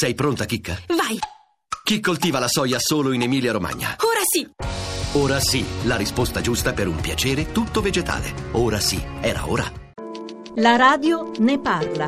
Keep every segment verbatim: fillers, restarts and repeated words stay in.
Sei pronta, Chicca? Vai! Chi coltiva la soia solo in Emilia-Romagna? Ora sì! Ora sì, la risposta giusta per un piacere tutto vegetale. Ora sì, era ora. La radio ne parla.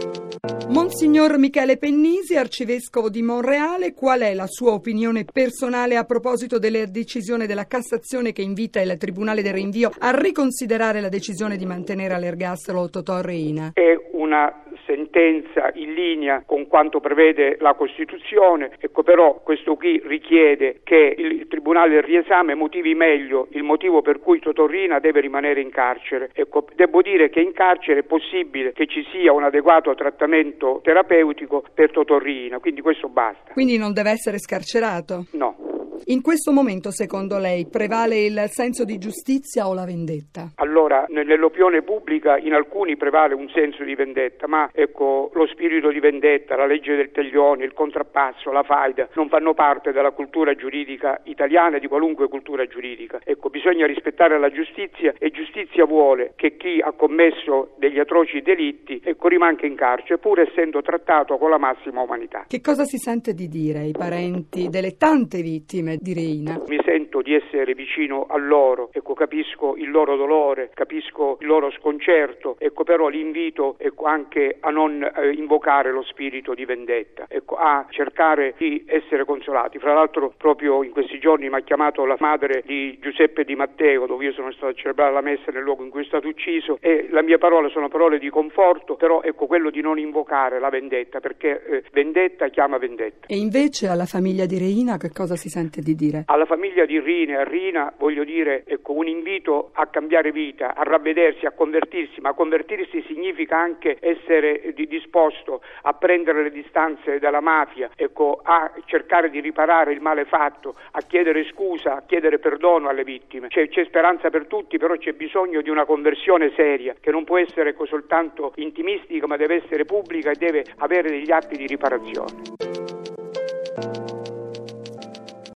Monsignor Michele Pennisi, arcivescovo di Monreale, qual è la sua opinione personale a proposito della decisione della Cassazione che invita il Tribunale del Rinvio a riconsiderare la decisione di mantenere all'ergastolo Totò Riina? È una sentenza in linea con quanto prevede la Costituzione, ecco, però questo qui richiede che il Tribunale del riesame motivi meglio il motivo per cui Totò Riina deve rimanere in carcere. Ecco, devo dire che in carcere è possibile che ci sia un adeguato trattamento terapeutico per Totò Riina, quindi questo basta. Quindi non deve essere scarcerato? No. In questo momento, secondo lei, prevale il senso di giustizia o la vendetta? Allora, nell'opinione pubblica in alcuni prevale un senso di vendetta, ma ecco, lo spirito di vendetta, la legge del taglione, il contrappasso, la faida non fanno parte della cultura giuridica italiana e di qualunque cultura giuridica. Ecco, bisogna rispettare la giustizia e giustizia vuole che chi ha commesso degli atroci delitti, ecco, rimanga in carcere pur essendo trattato con la massima umanità. Che cosa si sente di dire ai parenti delle tante vittime di Riina? Mi sento di essere vicino a loro, ecco, capisco il loro dolore, capisco il loro sconcerto, ecco, però li invito, ecco, anche a non eh, invocare lo spirito di vendetta, ecco, a cercare di essere consolati. Fra l'altro proprio in questi giorni mi ha chiamato la madre di Giuseppe Di Matteo, dove io sono stato a celebrare la messa nel luogo in cui è stato ucciso, e le mie parole sono parole di conforto, però ecco, quello di non invocare la vendetta, perché eh, vendetta chiama vendetta. E invece alla famiglia di Riina che cosa si sente di dire? Alla famiglia di Riina e a Riina voglio dire, ecco, un invito a cambiare vita, a ravvedersi, a convertirsi, ma convertirsi significa anche essere di, disposto a prendere le distanze dalla mafia, ecco, a cercare di riparare il male fatto, a chiedere scusa, a chiedere perdono alle vittime. C'è, c'è speranza per tutti, però c'è bisogno di una conversione seria, che non può essere, ecco, soltanto intimistica, ma deve essere pubblica e deve avere degli atti di riparazione.